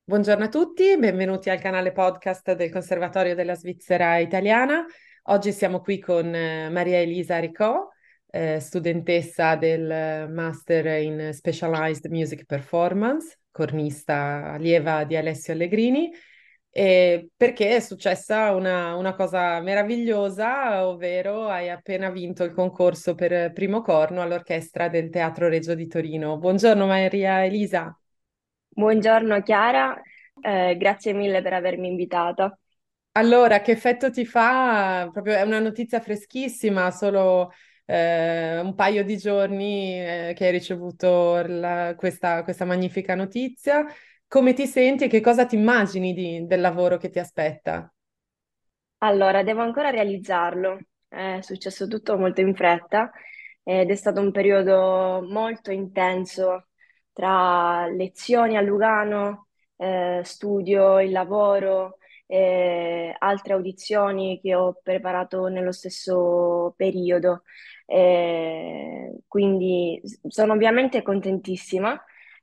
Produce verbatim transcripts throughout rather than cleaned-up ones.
Buongiorno a tutti, benvenuti al canale podcast del Conservatorio della Svizzera Italiana. Oggi siamo qui con eh, Maria Elisa Ricò, eh, studentessa del eh, Master in Specialized Music Performance, cornista allieva di Alessio Allegrini, e perché è successa una, una cosa meravigliosa, ovvero hai appena vinto il concorso per primo corno all'orchestra del Teatro Regio di Torino. Buongiorno Maria Elisa. Buongiorno Chiara, eh, grazie mille per avermi invitata. Allora, che effetto ti fa? Proprio è una notizia freschissima, solo eh, un paio di giorni eh, che hai ricevuto la- questa, questa magnifica notizia. Come ti senti e che cosa ti immagini di- del lavoro che ti aspetta? Allora, devo ancora realizzarlo, è successo tutto molto in fretta ed è stato un periodo molto intenso tra lezioni a Lugano, eh, studio, il lavoro, e altre audizioni che ho preparato nello stesso periodo. Eh, quindi s- sono ovviamente contentissima.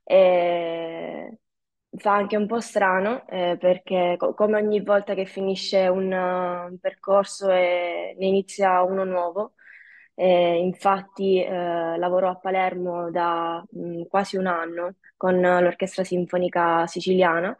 eh, Fa anche un po' strano, eh, perché co- come ogni volta che finisce un, uh, un percorso e ne inizia uno nuovo. Eh, infatti eh, lavoro a Palermo da mh, quasi un anno con l'Orchestra Sinfonica Siciliana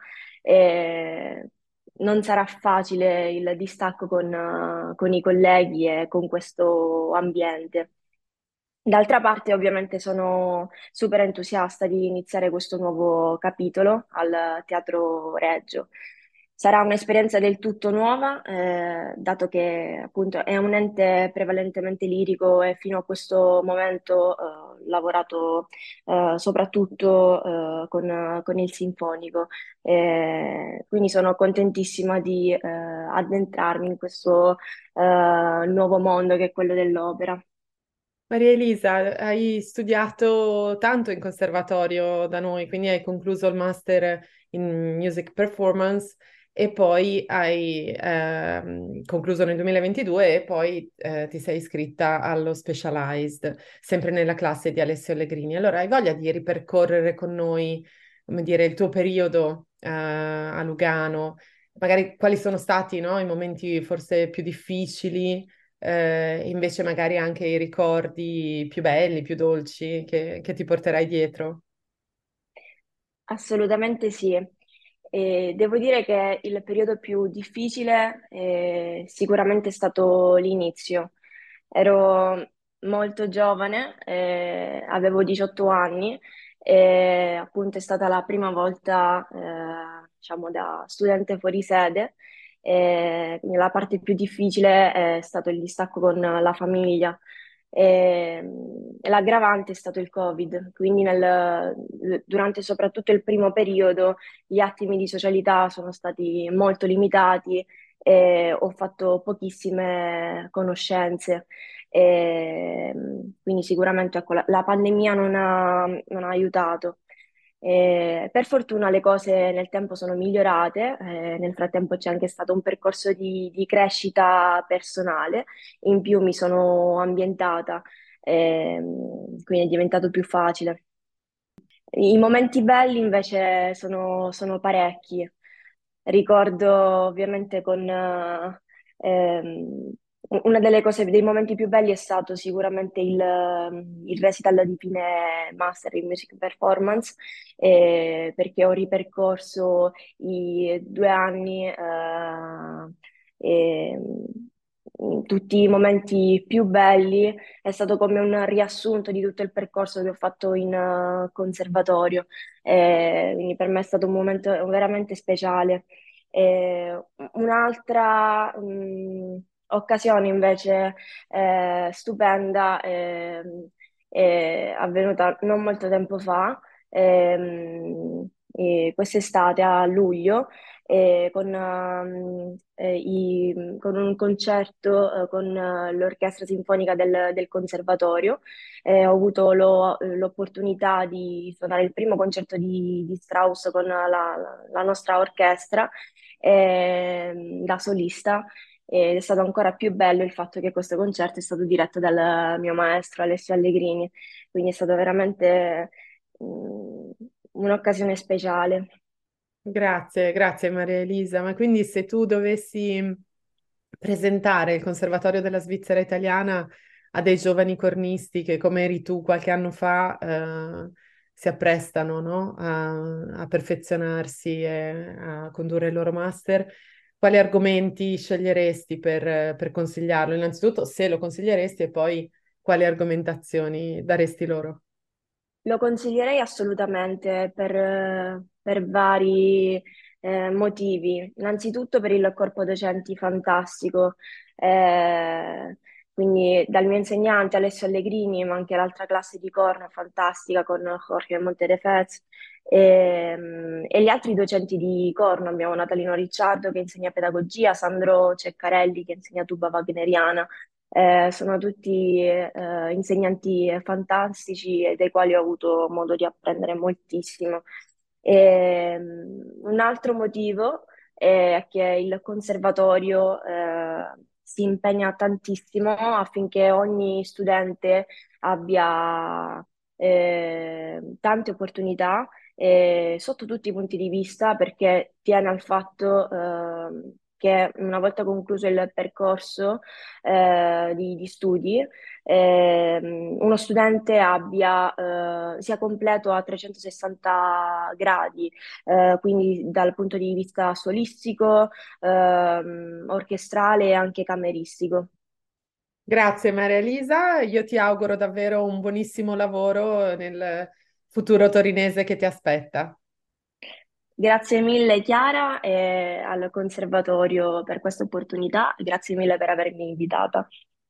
e non sarà facile il distacco con, uh, con i colleghi e con questo ambiente. D'altra parte, ovviamente, sono super entusiasta di iniziare questo nuovo capitolo al Teatro Regio. Sarà un'esperienza del tutto nuova, eh, dato che appunto è un ente prevalentemente lirico e fino a questo momento eh, ho lavorato eh, soprattutto eh, con, con il sinfonico. Eh, quindi sono contentissima di eh, addentrarmi in questo eh, nuovo mondo che è quello dell'opera. Maria Elisa, hai studiato tanto in conservatorio da noi, quindi hai concluso il master in music performance e poi hai ehm, concluso nel duemilaventidue e poi eh, ti sei iscritta allo Specialized, sempre nella classe di Alessio Allegrini. Allora, hai voglia di ripercorrere con noi, come dire, il tuo periodo eh, a Lugano? Magari quali sono stati, no, i momenti forse più difficili? Eh, invece magari anche i ricordi più belli, più dolci che, che ti porterai dietro. Assolutamente sì. E devo dire che il periodo più difficile eh, sicuramente è stato l'inizio. Ero molto giovane, eh, avevo diciotto anni e appunto è stata la prima volta, eh, diciamo, da studente fuori sede. E quindi la parte più difficile è stato il distacco con la famiglia. E, e l'aggravante è stato il Covid, quindi nel- durante soprattutto il primo periodo gli attimi di socialità sono stati molto limitati e ho fatto pochissime conoscenze. E, quindi sicuramente ecco, la, la pandemia non ha, non ha aiutato. E per fortuna le cose nel tempo sono migliorate, eh, nel frattempo c'è anche stato un percorso di, di crescita personale, in più mi sono ambientata, ehm, quindi è diventato più facile. I momenti belli invece sono, sono parecchi. Ricordo ovviamente con eh, ehm, una delle cose, dei momenti più belli è stato sicuramente il, ehm, il recital di fine master in music performance, eh, perché ho ripercorso i due anni eh, e, mm, tutti i momenti più belli. È stato come un riassunto di tutto il percorso che ho fatto in eh, conservatorio. Eh, quindi per me è stato un momento veramente speciale. Eh, un'altra mh, occasione invece eh, stupenda ehm, è avvenuta non molto tempo fa, ehm, e quest'estate a luglio, eh, con, ehm, eh, i- con un concerto eh, con eh, l'Orchestra Sinfonica del, del Conservatorio. Eh, ho avuto lo- l'opportunità di suonare il primo concerto di, di Strauss con la, la nostra orchestra ehm, da solista. Ed è stato ancora più bello il fatto che questo concerto è stato diretto dal mio maestro Alessio Allegrini, quindi è stata veramente mm, un'occasione speciale. Grazie, grazie Maria Elisa. Ma quindi se tu dovessi presentare il Conservatorio della Svizzera Italiana a dei giovani cornisti che, come eri tu qualche anno fa, eh, si apprestano, no? a, a perfezionarsi e a condurre il loro master, quali argomenti sceglieresti per, per consigliarlo? Innanzitutto, se lo consiglieresti e poi quali argomentazioni daresti loro? Lo consiglierei assolutamente per, eh, per vari eh, motivi. Innanzitutto per il corpo docenti fantastico, eh, quindi dal mio insegnante Alessio Allegrini, ma anche l'altra classe di corno fantastica con Jorge Montedefez e, mm, e gli altri docenti di corno. Abbiamo Natalino Ricciardo che insegna pedagogia, Sandro Ceccarelli che insegna tuba wagneriana. Eh, sono tutti eh, insegnanti fantastici e dai quali ho avuto modo di apprendere moltissimo. E, mm, un altro motivo è che il conservatorio eh, si impegna tantissimo affinché ogni studente abbia eh, tante opportunità eh, sotto tutti i punti di vista, perché tiene al fatto ehm, che una volta concluso il percorso eh, di, di studi, ehm, uno studente abbia, eh, sia completo a trecentosessanta gradi, eh, quindi dal punto di vista solistico, ehm, orchestrale e anche cameristico. Grazie Maria Elisa, io ti auguro davvero un buonissimo lavoro nel futuro torinese che ti aspetta. Grazie mille Chiara e al Conservatorio per questa opportunità, grazie mille per avermi invitata.